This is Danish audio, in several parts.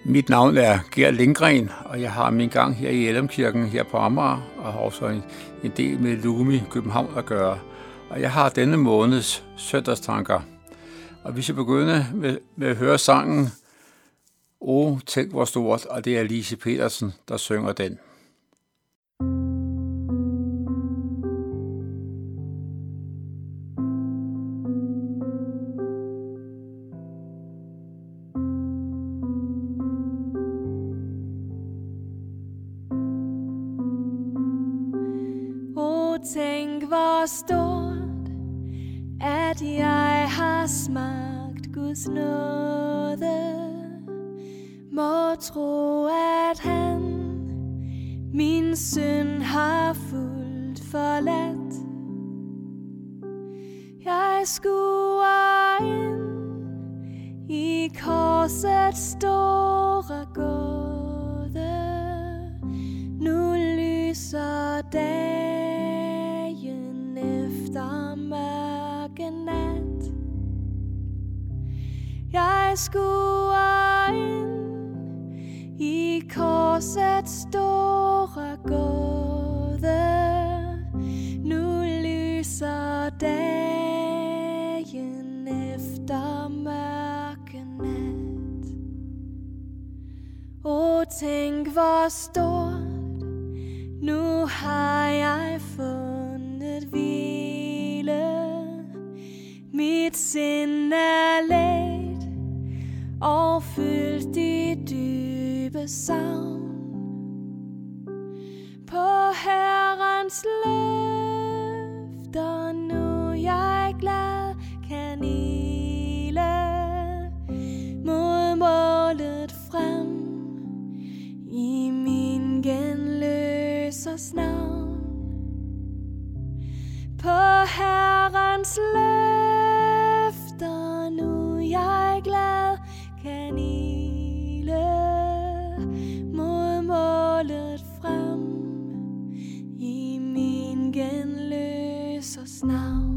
Mit navn er Gert Lindgren, og jeg har min gang her i Ellemkirken her på Amager, og har også en del med Lumi København at gøre. Og jeg har denne måneds søndagstanker. Og vi skal begynde med at høre sangen "O, tænk hvor stort", og det er Lise Petersen, der synger den. Tænk hvor stort, at jeg har smagt Guds nåde. Må tro, at han min synd har fuldt forladt. Jeg skuer ind i korsets store gåde. Nu lyser dagen efter mørke nat. Jeg skuer ind i korsets store gåde. Nu lyser dagen efter mørke nat. O, tænk hvor stort, nu har jeg fundet hvile. Mit sind er let og fyldt i dybe savn. På Herrens løfter nu jeg glad kan ile. Mod målet frem i min genløsers navn. På Herrens løfter nu jeg glad kan ile. Mod målet frem i min genløsers navn.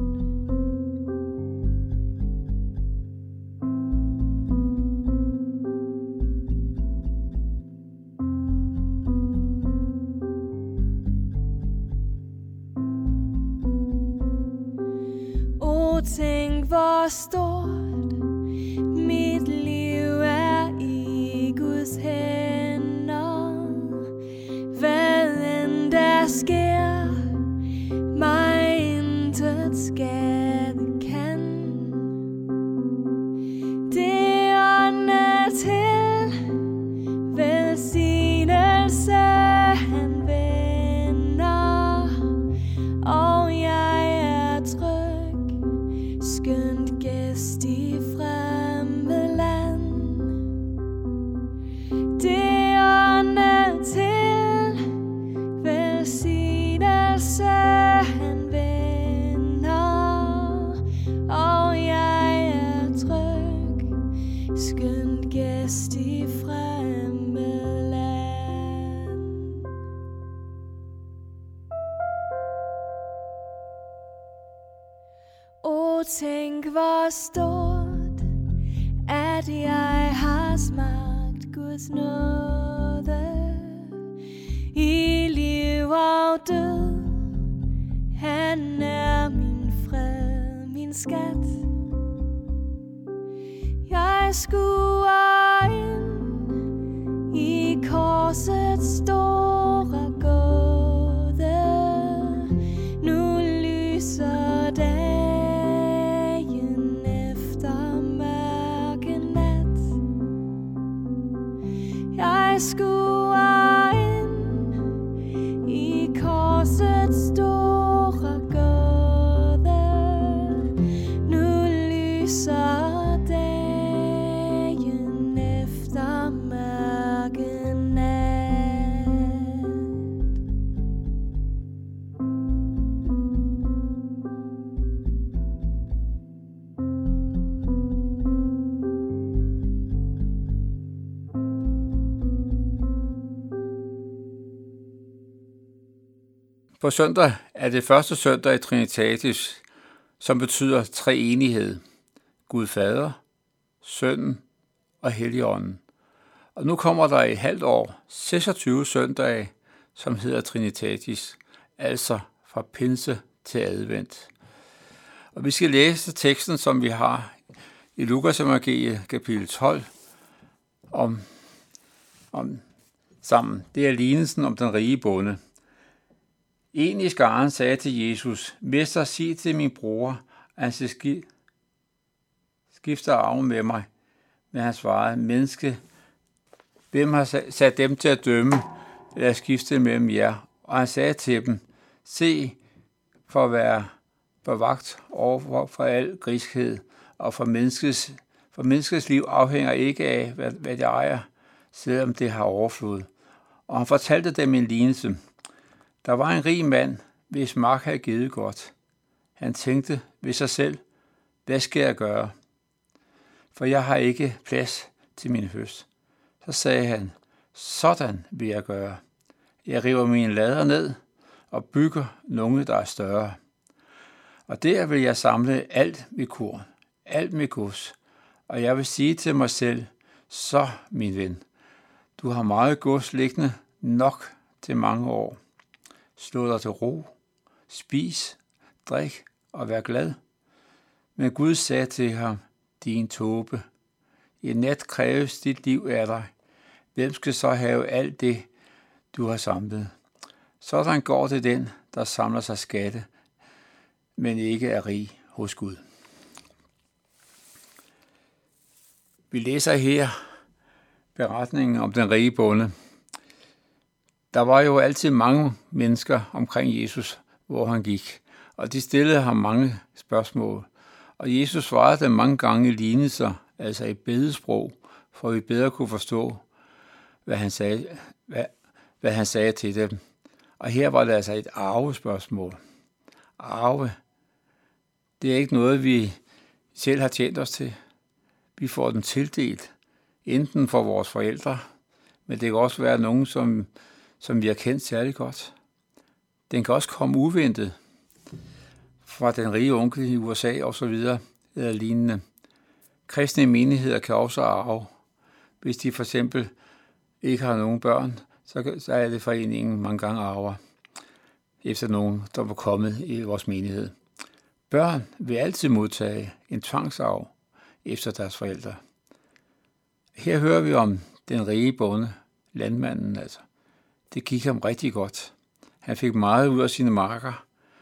Tænk hvor stort mit liv er i Guds hænder. Hvad end der sker, mig intet skade kan. Det ånde til velsignelse han vender, og jeg er tryg, skønt gæst i fremmed land. Det ånde til velsignelse han vender, og jeg er tryg, skønt gæst i fremmed land. O, tænk hvor stort, at jeg har smagt Guds nåde. I liv og død, han er min fred, min skat. Jeg skuer ind i korsets store gåde. Nu lyser dagen efter mørke nat. Jeg skuer ind i korsets store gåde. Nu lyser dagen efter mørke nat. På søndag er det første søndag i Trinitatis, som betyder treenighed. Gud Fader, Sønnen og Helligånden. Og nu kommer der i et halvt år 26 søndage, som hedder Trinitatis, altså fra pinse til advent. Og vi skal læse teksten, som vi har i Lukas evangeliet, kapitel 12, om sammen. Det er lignelsen om den rige bonde. En i skaren sagde til Jesus, Mester, sig til min bror, at han skifter arven med mig. Men han svarede, menneske, hvem har sat dem til at dømme, eller skifte mellem jer? Og han sagde til dem, se, for at være på vagt over for al griskhed, og for menneskets liv afhænger ikke af, hvad det ejer, selvom det har overflod. Og han fortalte dem en lignelse. Der var en rig mand, hvis mark havde givet godt. Han tænkte ved sig selv, hvad skal jeg gøre? For jeg har ikke plads til min høst. Så sagde han, sådan vil jeg gøre. Jeg river mine lader ned og bygger nogle, der er større. Og der vil jeg samle alt med korn, alt med gods. Og jeg vil sige til mig selv, så min ven, du har meget gods liggende nok til mange år. Slå dig til ro, spis, drik og vær glad. Men Gud sagde til ham, din tåbe, i nat kræves dit liv af dig. Hvem skal så have alt det, du har samlet? Sådan går det den, der samler sig skatte, men ikke er rig hos Gud. Vi læser her beretningen om den rige bonde. Der var jo altid mange mennesker omkring Jesus, hvor han gik, og de stillede ham mange spørgsmål. Og Jesus svarede dem mange gange i lignelser, altså i bedesprog, for vi bedre kunne forstå, hvad han sagde til dem. Og her var det altså et arvespørgsmål. Arve, det er ikke noget, vi selv har tjent os til. Vi får den tildelt, enten for vores forældre, men det kan også være nogen, som vi har kendt særlig godt. Den kan også komme uventet fra den rige onkel i USA og så videre, eller lignende. Kristne menigheder kan også arve. Hvis de for eksempel ikke har nogen børn, så er det foreningen mange gange arver, efter nogen, der var kommet i vores menighed. Børn vil altid modtage en tvangsarv efter deres forældre. Her hører vi om den rige bonde, landmanden altså. Det gik ham rigtig godt. Han fik meget ud af sine marker,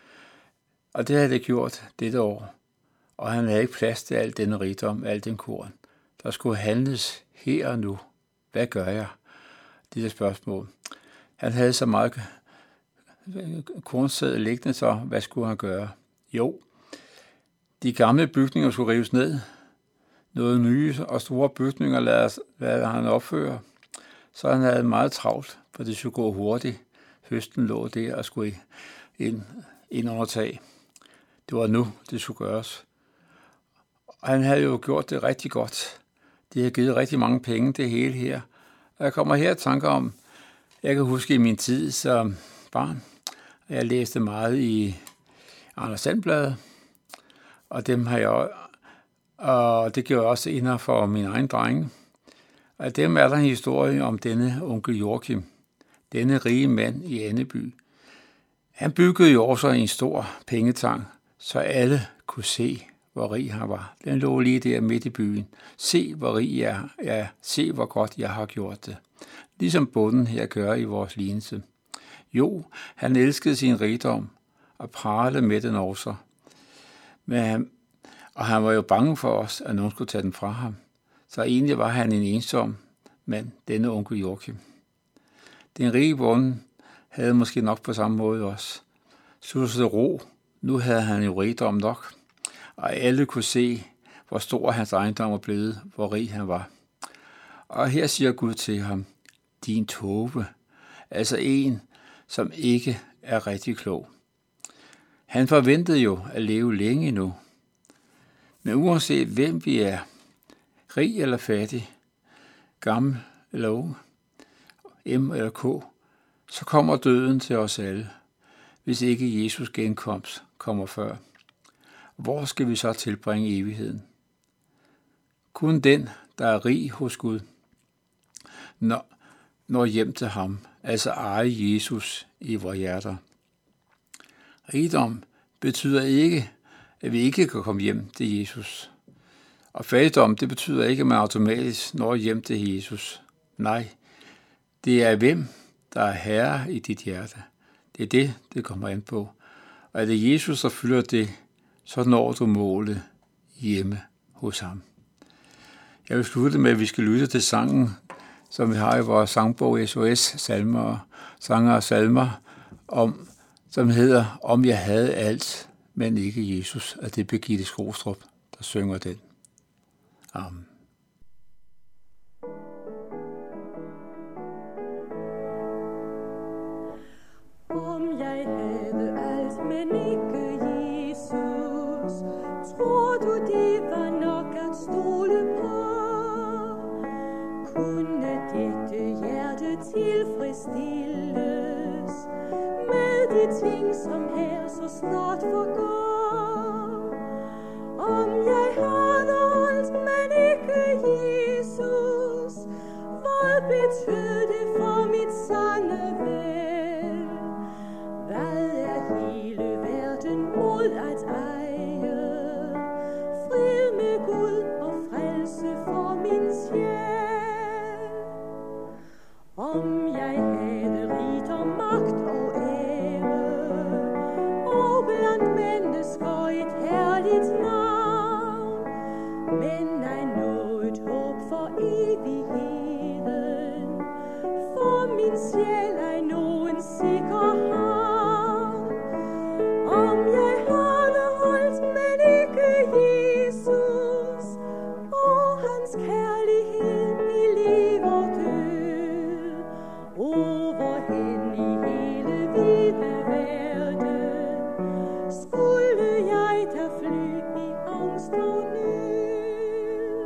og det havde det gjort dette år. Og han havde ikke plads til al den rigdom, al den korn. Der skulle handles her og nu. Hvad gør jeg? Det er spørgsmål. Han havde så meget kornsæd liggende, så hvad skulle han gøre? Jo, de gamle bygninger skulle rives ned. Noget nye og store bygninger lader han opføre. Så han havde meget travlt, for det skulle gå hurtigt. Høsten lå der og skulle ind under tag. Det var nu, det skulle gøres. Og han havde jo gjort det rigtig godt. Det havde givet rigtig mange penge, det hele her. Og jeg kommer her i tanker om, jeg kan huske i min tid som barn, jeg læste meget i Anders Sandbladet, og dem har jeg, og det gjorde jeg også inden for min egen drenge. Og dem er der en historie om denne onkel Joachim, denne rige mand i Andeby. Han byggede jo også en stor pengetang, så alle kunne se, hvor rig han var. Den lå lige der midt i byen. Se, hvor rig jeg er. Se, hvor godt jeg har gjort det. Ligesom bonden her gør i vores lignelse. Jo, han elskede sin rigdom og pralede med den også. Og han var jo bange for os, at nogen skulle tage den fra ham. Så egentlig var han en ensom mand, denne onkel Joachim. Den rige bonde havde måske nok på samme måde også. Så ro, nu havde han jo rigdom nok, og alle kunne se, hvor stor hans ejendom var blevet, hvor rig han var. Og her siger Gud til ham, din tåbe, altså en, som ikke er rigtig klog. Han forventede jo at leve længe endnu. Men uanset hvem vi er, rig eller fattig, gammel eller ung, M eller K, så kommer døden til os alle, hvis ikke Jesus genkomst kommer før. Hvor skal vi så tilbringe evigheden? Kun den, der er rig hos Gud. når hjem til ham, altså eje Jesus i vores hjerter. Rigdom betyder ikke, at vi ikke kan komme hjem til Jesus. Og fattigdom, det betyder ikke, at man automatisk når hjem til Jesus. Nej, det er hvem, der er herre i dit hjerte. Det er det kommer an på. Og er det Jesus, der fylder det, så når du målet hjemme hos ham. Jeg vil slutte med, at vi skal lytte til sangen, som vi har i vores sangbog SOS, salmer, sanger og salmer, som hedder Om jeg havde alt, men ikke Jesus. Og det er Birgitte Skrostrup, der synger den. Amen. Om jeg havde alt, men ikke Jesus, tror du det var nok at stole på? Kunne dette hjerte tilfredsstilles med de ting, som her så snart forgår? Om jeg havde alt, men ikke Jesus, hvad betød det for mit sande vel? Hvad er hele verden mod at eje? Fred med Gud og frelse for min sjæl. Om jeg havde rigdom, magt og ære, og blandt mennesker et herligt navn, men ej noget håb for evigheden, for min sjæl ej nogen sikker havn. Om jeg havde alt, men ikke Jesus, og hans kærlighed i liv og død, overhen i hele vide verden, skulle jeg da fly i angst og nød.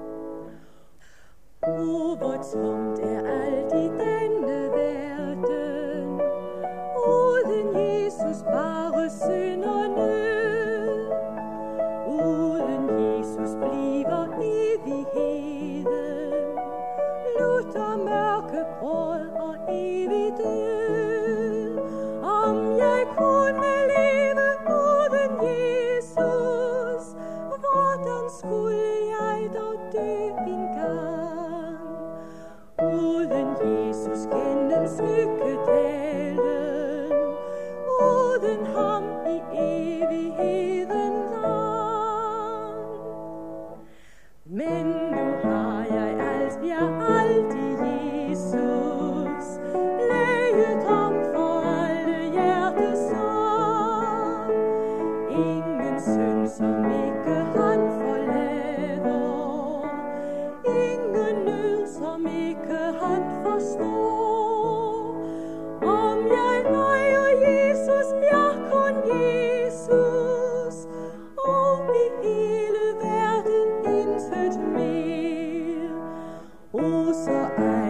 Hvor tomt er alt i denne verden, uden Jesus bare synd og nød. Uden Jesus bliver evigheden lutter mørke brød og evig død. Om jeg kunne leve uden Jesus, hvordan skulle jeg dog dø en gang? Uden Jesus gennem skyggedalen, uden ham i evigheden lang. Men nu har jeg alt, ja alt i Jesus, læget ham for alle hjertesår. Ingen synd, som ikke han forlader, ingen nød, som ikke han forstår. Om jeg nøjer Jesus, ja kun Jesus, og i hele verden intet mere. O så ej